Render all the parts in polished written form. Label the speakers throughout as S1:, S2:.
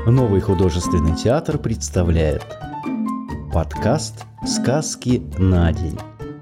S1: Новый художественный театр представляет подкаст «Сказки на день».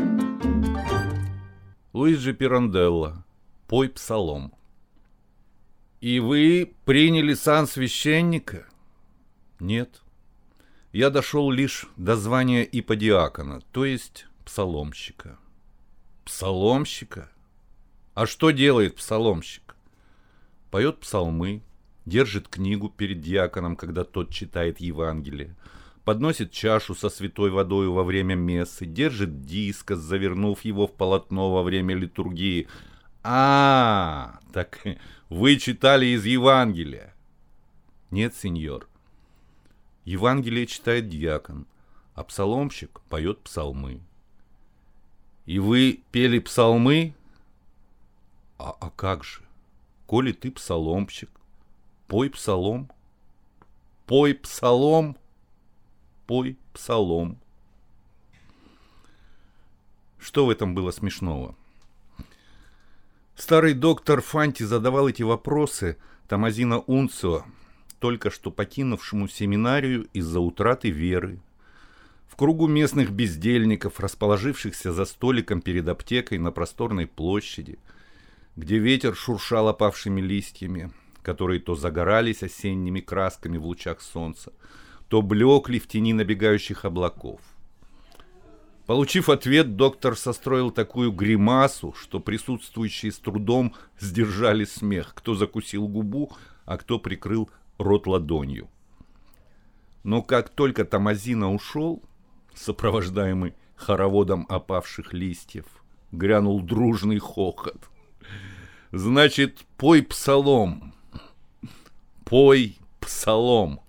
S2: Луиджи Пиранделло. Пой псалом. И вы приняли сан священника? Нет. Я дошел лишь до звания иподиакона, то есть псаломщика. Псаломщика? А что делает псаломщик? Поет псалмы, держит книгу перед диаконом, когда тот читает Евангелие, подносит чашу со святой водой во время мессы, держит дискос, завернув его в полотно во время литургии. Так вы читали из Евангелия? Нет, сеньор. Евангелие читает диакон, а псаломщик поет псалмы. И вы пели псалмы? А как же? Коли ты псаломщик, пой псалом. Пой псалом. Пой псалом. Что в этом было смешного? Старый доктор Фанти задавал эти вопросы Томмазино Унцио, только что покинувшему семинарию из-за утраты веры, в кругу местных бездельников, расположившихся за столиком перед аптекой на просторной площади, где ветер шуршал опавшими листьями, которые то загорались осенними красками в лучах солнца, то блекли в тени набегающих облаков. Получив ответ, доктор состроил такую гримасу, что присутствующие с трудом сдержали смех, кто закусил губу, а кто прикрыл рот ладонью. Но как только Томмазино ушел, сопровождаемый хороводом опавших листьев, грянул дружный хохот. «Значит, пой псалом! Пой псалом!»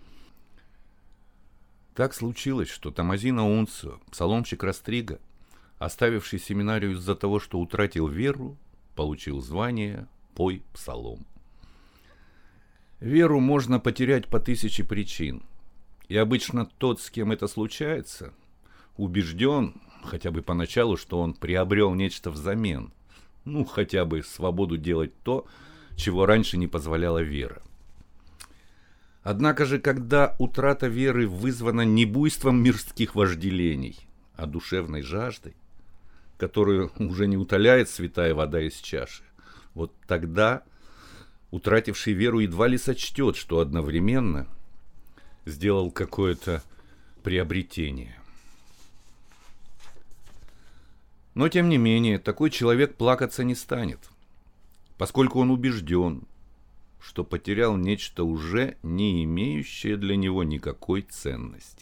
S2: Так случилось, что Томмазино Унцио, псаломщик Растриго, оставивший семинарию из-за того, что утратил веру, получил звание «Пой псалом». Веру можно потерять по 1000 причин, и обычно тот, с кем это случается, убежден, хотя бы поначалу, что он приобрел нечто взамен, хотя бы свободу делать то, чего раньше не позволяла вера. Однако же, когда утрата веры вызвана не буйством мирских вожделений, а душевной жаждой, которую уже не утоляет святая вода из чаши, вот тогда утративший веру едва ли сочтет, что одновременно сделал какое-то приобретение. Но, тем не менее, такой человек плакаться не станет, поскольку он убежден, что потерял нечто уже не имеющее для него никакой ценности.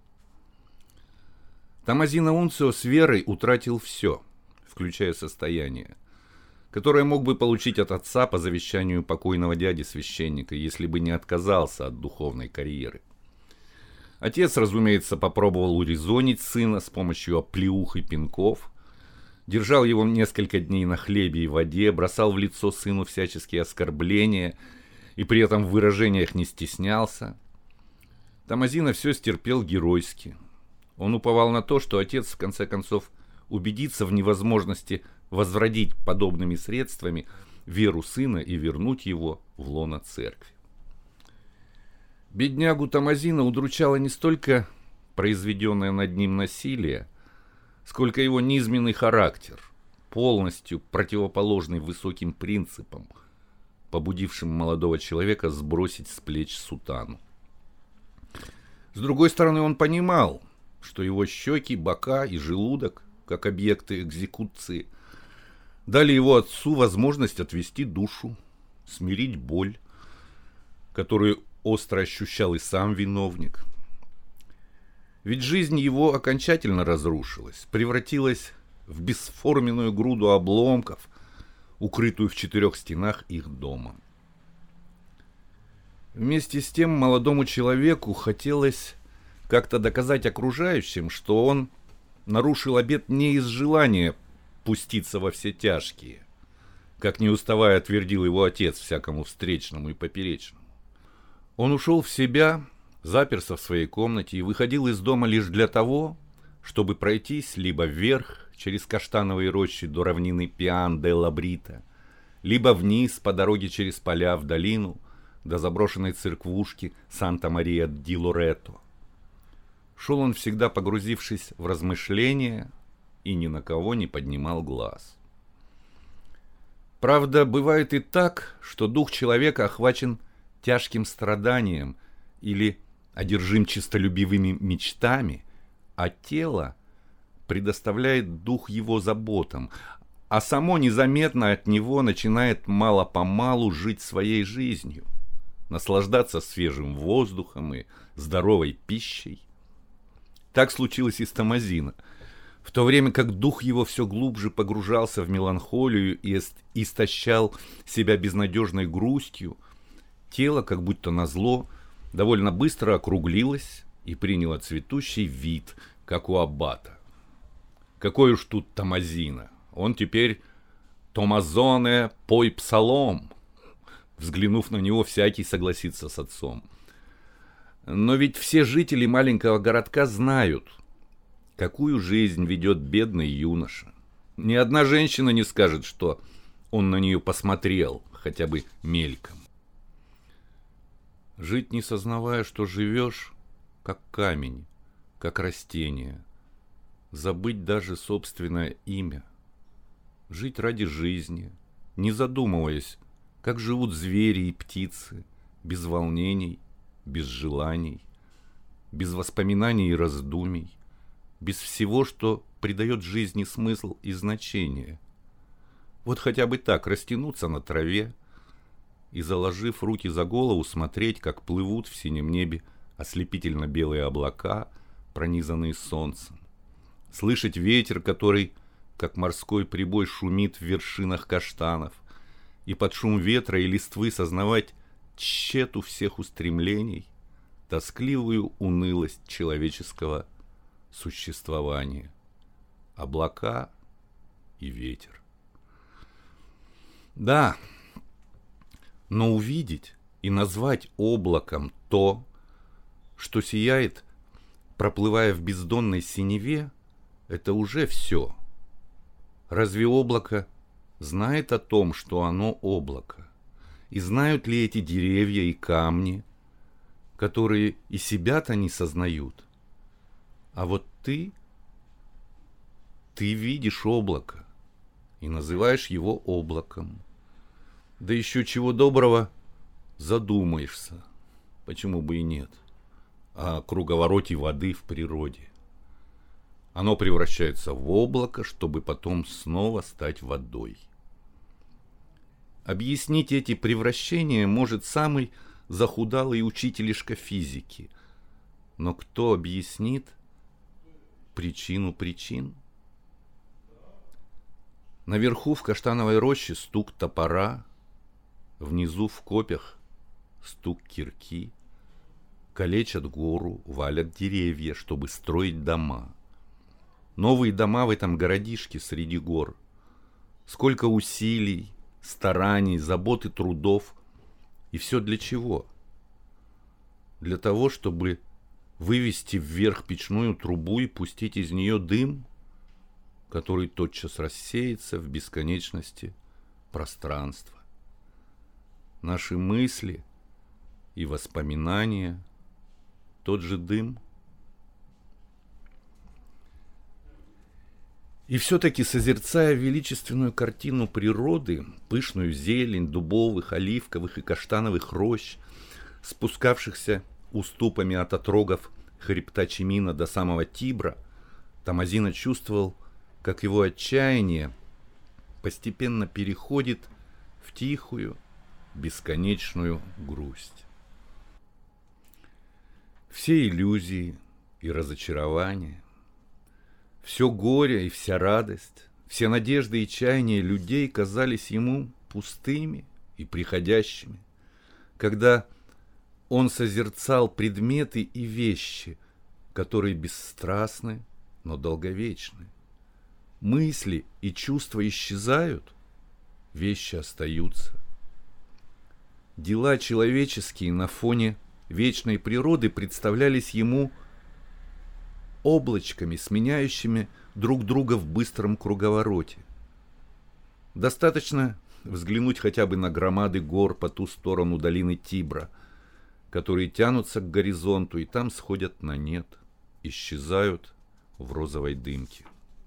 S2: Томмазино Унцио с верой утратил все, включая состояние, которое мог бы получить от отца по завещанию покойного дяди-священника, если бы не отказался от духовной карьеры. Отец, разумеется, попробовал урезонить сына с помощью оплеух и пинков, держал его несколько дней на хлебе и воде, бросал в лицо сыну всяческие оскорбления и при этом в выражениях не стеснялся. Томмазино все стерпел геройски. Он уповал на то, что отец в конце концов убедится в невозможности возродить подобными средствами веру сына и вернуть его в лоно церкви. Беднягу Томмазино удручало не столько произведенное над ним насилие, сколько его низменный характер, полностью противоположный высоким принципам, побудившим молодого человека сбросить с плеч сутану. С другой стороны, он понимал, что его щеки, бока и желудок, как объекты экзекуции, дали его отцу возможность отвести душу, смирить боль, которую остро ощущал и сам виновник. Ведь жизнь его окончательно разрушилась, превратилась в бесформенную груду обломков, укрытую в 4 стенах их дома. Вместе с тем молодому человеку хотелось как-то доказать окружающим, что он нарушил обет не из желания пуститься во все тяжкие, как не уставая твердил его отец всякому встречному и поперечному. Он ушел в себя, заперся в своей комнате и выходил из дома лишь для того, чтобы пройтись либо вверх через каштановые рощи до равнины Пиан-де-ла-Брита, либо вниз по дороге через поля в долину, до заброшенной церквушки Санта-Мария-ди-Лоретто. Шел он всегда погрузившись в размышления и ни на кого не поднимал глаз. Правда, бывает и так, что дух человека охвачен тяжким страданием или одержим честолюбивыми мечтами, а тело предоставляет дух его заботам, а само незаметно от него начинает мало-помалу жить своей жизнью, наслаждаться свежим воздухом и здоровой пищей. Так случилось и с Томмазино. В то время как дух его все глубже погружался в меланхолию и истощал себя безнадежной грустью, тело, как будто назло, довольно быстро округлилось и приняло цветущий вид, как у аббата. Какой уж тут Томмазино, он теперь Томмазоне пой псалом. Взглянув на него, всякий согласится с отцом. Но ведь все жители маленького городка знают, какую жизнь ведет бедный юноша. Ни одна женщина не скажет, что он на нее посмотрел, хотя бы мельком. Жить, не сознавая, что живешь, как камень, как растение. Забыть даже собственное имя. Жить ради жизни, не задумываясь, как живут звери и птицы, без волнений, без желаний, без воспоминаний и раздумий, без всего, что придает жизни смысл и значение. Вот хотя бы так растянуться на траве и, заложив руки за голову, смотреть, как плывут в синем небе ослепительно белые облака, пронизанные солнцем. Слышать ветер, который, как морской прибой, шумит в вершинах каштанов, и под шум ветра и листвы сознавать тщету всех устремлений, тоскливую унылость человеческого существования. Облака и ветер. Да, но увидеть и назвать облаком то, что сияет, проплывая в бездонной синеве, это уже все. Разве облако знает о том, что оно облако? И знают ли эти деревья и камни, которые и себя-то не сознают? А вот ты видишь облако и называешь его облаком. Да еще чего доброго задумаешься, почему бы и нет, о круговороте воды в природе. Оно превращается в облако, чтобы потом снова стать водой. Объяснить эти превращения может самый захудалый учителишка физики. Но кто объяснит причину причин? Наверху в каштановой роще стук топора, внизу в копях стук кирки, калечат гору, валят деревья, чтобы строить дома. Новые дома в этом городишке среди гор. Сколько усилий, стараний, забот и трудов. И все для чего? Для того, чтобы вывести вверх печную трубу и пустить из нее дым, который тотчас рассеется в бесконечности пространства. Наши мысли и воспоминания — тот же дым. И все-таки, созерцая величественную картину природы, пышную зелень дубовых, оливковых и каштановых рощ, спускавшихся уступами от отрогов хребта Чимина до самого Тибра, Томмазино чувствовал, как его отчаяние постепенно переходит в тихую, бесконечную грусть. Все иллюзии и разочарования, все горе и вся радость, все надежды и чаяния людей казались ему пустыми и приходящими, когда он созерцал предметы и вещи, которые бесстрастны, но долговечны. Мысли и чувства исчезают, вещи остаются. Дела человеческие на фоне вечной природы представлялись ему облачками, сменяющими друг друга в быстром круговороте. Достаточно взглянуть хотя бы на громады гор по ту сторону долины Тибра, которые тянутся к горизонту и там сходят на нет, исчезают в розовой дымке.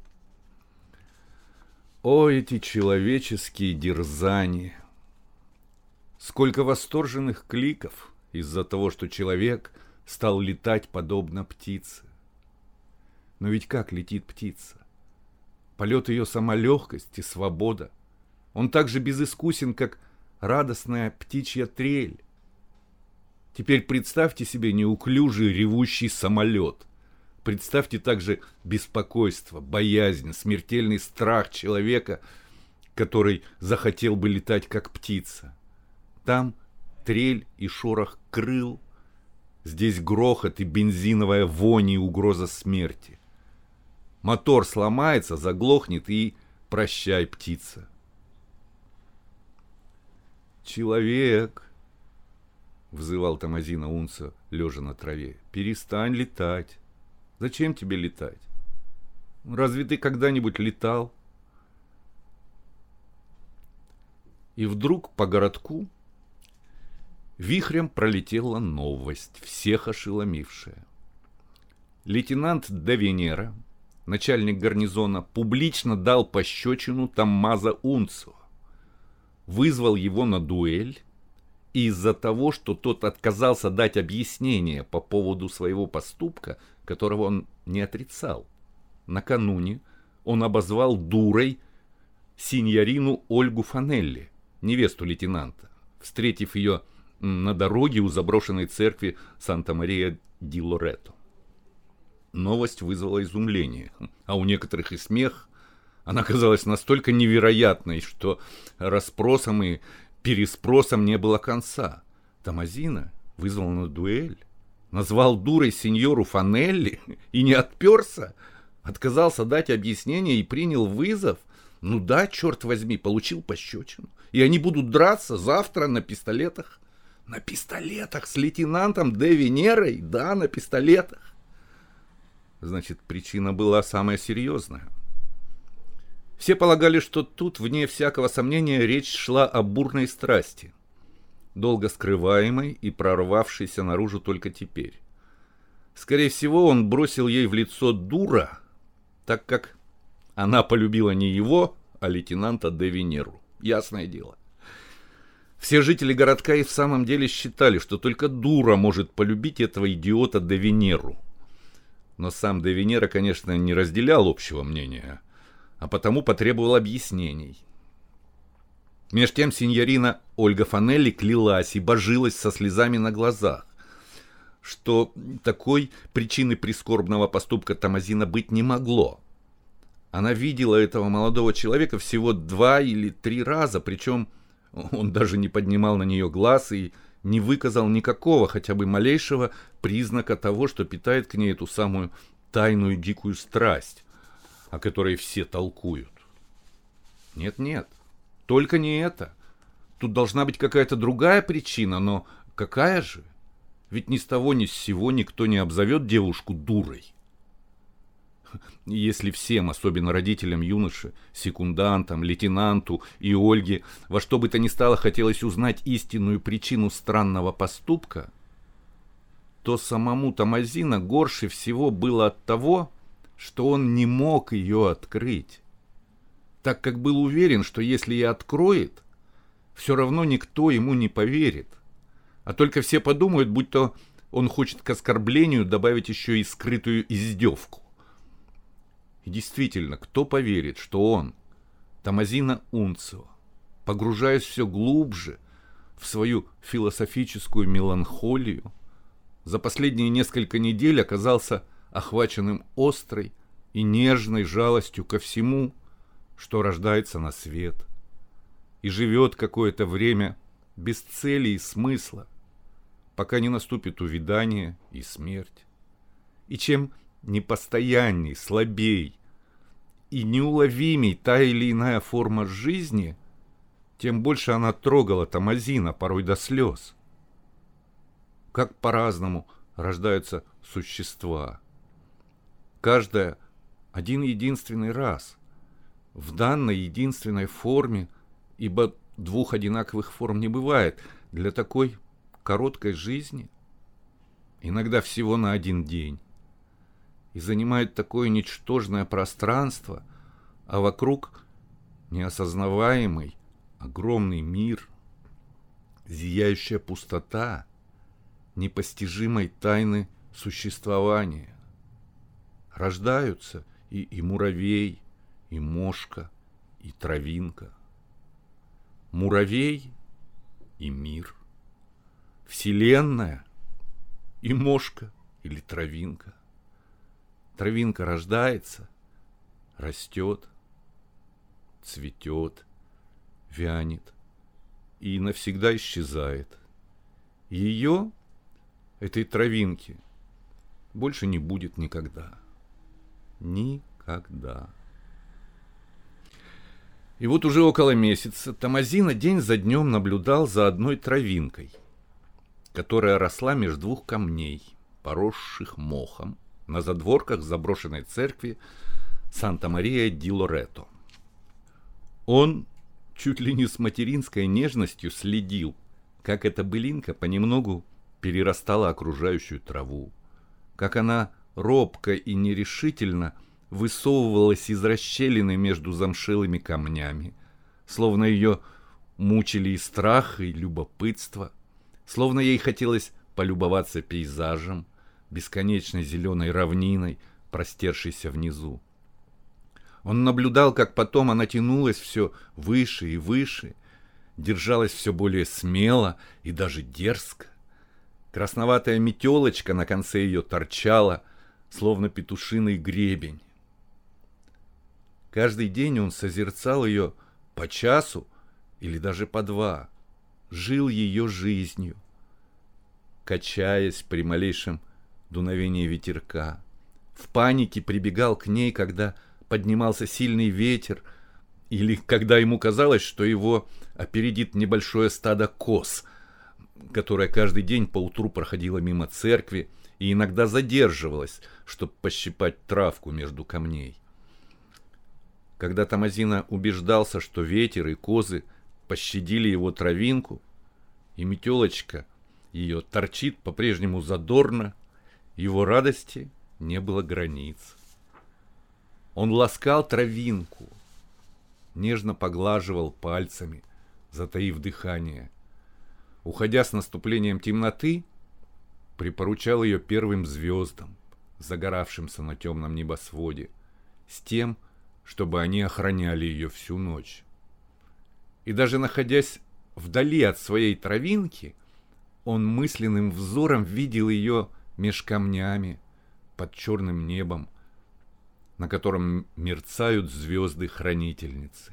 S2: О, эти человеческие дерзания! Сколько восторженных кликов из-за того, что человек стал летать подобно птице. Но ведь как летит птица? Полет ее сама легкость и свобода. Он так же безыскусен, как радостная птичья трель. Теперь представьте себе неуклюжий ревущий самолет. Представьте также беспокойство, боязнь, смертельный страх человека, который захотел бы летать как птица. Там трель и шорох крыл, здесь грохот и бензиновая вонь и угроза смерти. Мотор сломается, заглохнет и прощай, птица. «Человек!» — взывал Томазино Унцио, лежа на траве. «Перестань летать. Зачем тебе летать? Разве ты когда-нибудь летал?» И вдруг по городку вихрем пролетела новость, всех ошеломившая. Лейтенант де Венера, начальник гарнизона, публично дал пощечину Томмазо Унцио, вызвал его на дуэль, и из-за того, что тот отказался дать объяснение по поводу своего поступка, которого он не отрицал, накануне он обозвал дурой синьорину Ольгу Фанелли, невесту лейтенанта, встретив ее на дороге у заброшенной церкви Санта-Мария-ди-Лоретто. Новость вызвала изумление, а у некоторых и смех. Она казалась настолько невероятной, что расспросам и переспросам не было конца. Томазино вызвал на дуэль, назвал дурой сеньору Фанелли и не отперся, отказался дать объяснение и принял вызов. Ну да, черт возьми, получил пощечину. И они будут драться завтра на пистолетах. На пистолетах с лейтенантом де Венерой? Да, на пистолетах. Значит, причина была самая серьезная. Все полагали, что тут, вне всякого сомнения, речь шла о бурной страсти, долго скрываемой и прорвавшейся наружу только теперь. Скорее всего, он бросил ей в лицо дура, так как она полюбила не его, а лейтенанта де Венеру. Ясное дело. Все жители городка и в самом деле считали, что только дура может полюбить этого идиота де Венеру. Но сам де Венера, конечно, не разделял общего мнения, а потому потребовал объяснений. Меж тем синьорина Ольга Фанелли клялась и божилась со слезами на глазах, что такой причины прискорбного поступка Томазино быть не могло. Она видела этого молодого человека всего 2 или 3 раза, причем он даже не поднимал на нее глаз и не выказал никакого, хотя бы малейшего признака того, что питает к ней эту самую тайную дикую страсть, о которой все толкуют. Нет, только не это. Тут должна быть какая-то другая причина, но какая же? Ведь ни с того ни с сего никто не обзовет девушку дурой. Если всем, особенно родителям юноши, секундантам, лейтенанту и Ольге, во что бы то ни стало хотелось узнать истинную причину странного поступка, то самому Томазино горше всего было от того, что он не мог ее открыть, так как был уверен, что если и откроет, все равно никто ему не поверит, а только все подумают, будто он хочет к оскорблению добавить еще и скрытую издевку. И действительно, кто поверит, что он, Томазино Унцио, погружаясь все глубже в свою философическую меланхолию, за последние несколько недель оказался охваченным острой и нежной жалостью ко всему, что рождается на свет, и живет какое-то время без цели и смысла, пока не наступит увядание и смерть. И чем непостоянней, слабей и неуловимей та или иная форма жизни, тем больше она трогала Томазино, порой до слез. Как по-разному рождаются существа. Каждая один единственный раз, в данной единственной форме, ибо двух одинаковых форм не бывает. Для такой короткой жизни, иногда всего на один день, и занимает такое ничтожное пространство, а вокруг неосознаваемый огромный мир, зияющая пустота непостижимой тайны существования. Рождаются и муравей, и мошка, и травинка. Муравей и мир. Вселенная и мошка или травинка. Травинка рождается, растет, цветет, вянет и навсегда исчезает. Ее, этой травинки, больше не будет никогда. Никогда. И вот уже около месяца Тамазина день за днем наблюдал за одной травинкой, которая росла между двух камней, поросших мохом, на задворках заброшенной церкви Санта-Мария-ди-Лорето. Он чуть ли не с материнской нежностью следил, как эта былинка понемногу перерастала окружающую траву, как она робко и нерешительно высовывалась из расщелины между замшелыми камнями, словно ее мучили и страх, и любопытство, словно ей хотелось полюбоваться пейзажем, бесконечной зеленой равниной, простершейся внизу. Он наблюдал, как потом она тянулась все выше и выше, держалась все более смело и даже дерзко. Красноватая метелочка на конце ее торчала, словно петушиный гребень. Каждый день он созерцал ее по часу или даже по два, жил ее жизнью, качаясь при малейшем дуновении ветерка. В панике прибегал к ней, когда поднимался сильный ветер, или когда ему казалось, что его опередит небольшое стадо коз, которое каждый день поутру проходило мимо церкви и иногда задерживалось, чтобы пощипать травку между камней. Когда Тамазина убеждался, что ветер и козы пощадили его травинку, и метелочка ее торчит по-прежнему задорно, его радости не было границ. Он ласкал травинку, нежно поглаживал пальцами, затаив дыхание. Уходя с наступлением темноты, припоручал ее первым звездам, загоравшимся на темном небосводе, с тем, чтобы они охраняли ее всю ночь. И даже находясь вдали от своей травинки, он мысленным взором видел ее меж камнями, под черным небом, на котором мерцают звезды-хранительницы.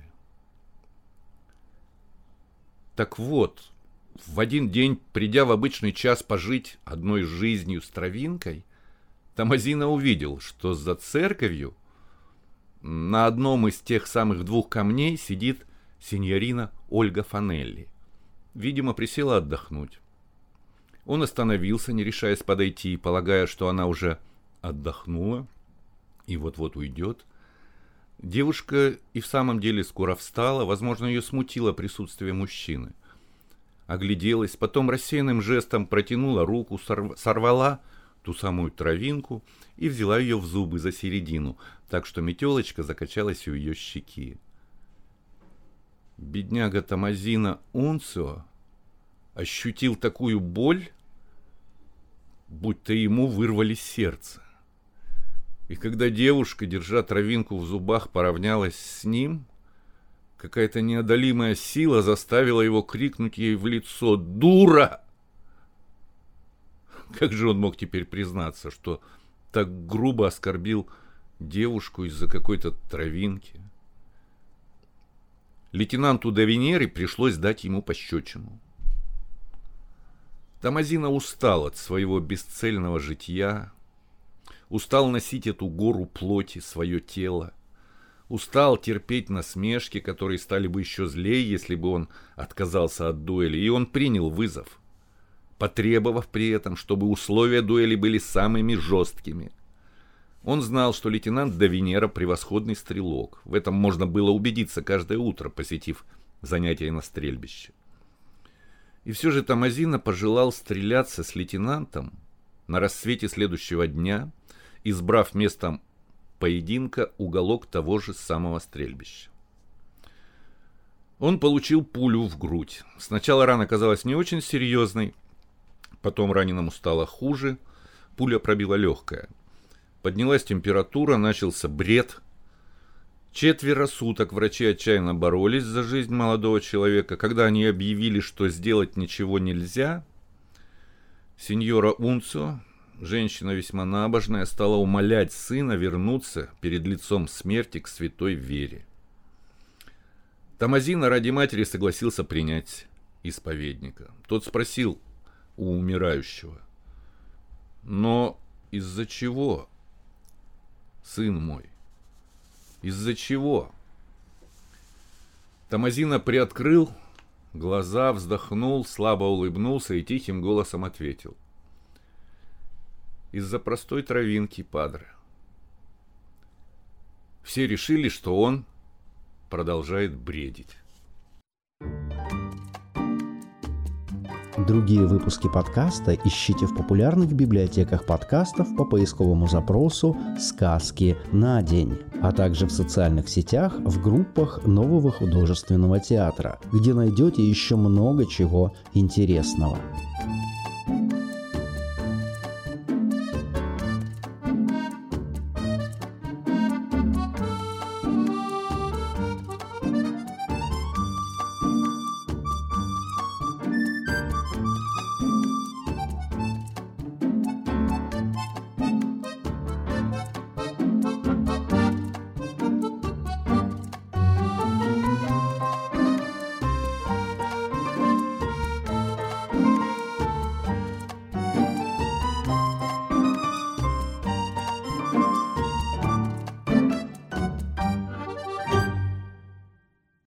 S2: Так вот, в один день, придя в обычный час пожить одной жизнью с травинкой, Тамазина увидел, что за церковью на одном из тех самых двух камней сидит синьорина Ольга Фанелли. Видимо, присела отдохнуть. Он остановился, не решаясь подойти, полагая, что она уже отдохнула и вот-вот уйдет. Девушка и в самом деле скоро встала, возможно, ее смутило присутствие мужчины. Огляделась, потом рассеянным жестом протянула руку, сорвала ту самую травинку и взяла ее в зубы за середину, так что метелочка закачалась у ее щеки. Бедняга Тамазина Унцио ощутил такую боль, будто ему вырвали сердце. И когда девушка, держа травинку в зубах, поравнялась с ним, какая-то неодолимая сила заставила его крикнуть ей в лицо: «Дура!» Как же он мог теперь признаться, что так грубо оскорбил девушку из-за какой-то травинки? Лейтенанту Давинери пришлось дать ему пощечину. Тамазина устал от своего бесцельного житья, устал носить эту гору плоти, свое тело, устал терпеть насмешки, которые стали бы еще злее, если бы он отказался от дуэли, и он принял вызов, потребовав при этом, чтобы условия дуэли были самыми жесткими. Он знал, что лейтенант Давинера превосходный стрелок. В этом можно было убедиться каждое утро, посетив занятия на стрельбище. И все же Тамазина пожелал стреляться с лейтенантом на рассвете следующего дня, избрав местом поединка уголок того же самого стрельбища. Он получил пулю в грудь. Сначала рана казалась не очень серьезной, потом раненому стало хуже, пуля пробила легкое. Поднялась температура, начался бред. 4 суток врачи отчаянно боролись за жизнь молодого человека. Когда они объявили, что сделать ничего нельзя, сеньора Унцио, женщина весьма набожная, стала умолять сына вернуться перед лицом смерти к святой вере. Тамазина ради матери согласился принять исповедника. Тот спросил у умирающего: «Но из-за чего, сын мой? Из-за чего?» Тамазина приоткрыл глаза, вздохнул, слабо улыбнулся и тихим голосом ответил: «Из-за простой травинки, падре». Все решили, что он продолжает бредить.
S1: Другие выпуски подкаста ищите в популярных библиотеках подкастов по поисковому запросу «Сказки на день», а также в социальных сетях в группах Нового художественного театра, где найдете еще много чего интересного.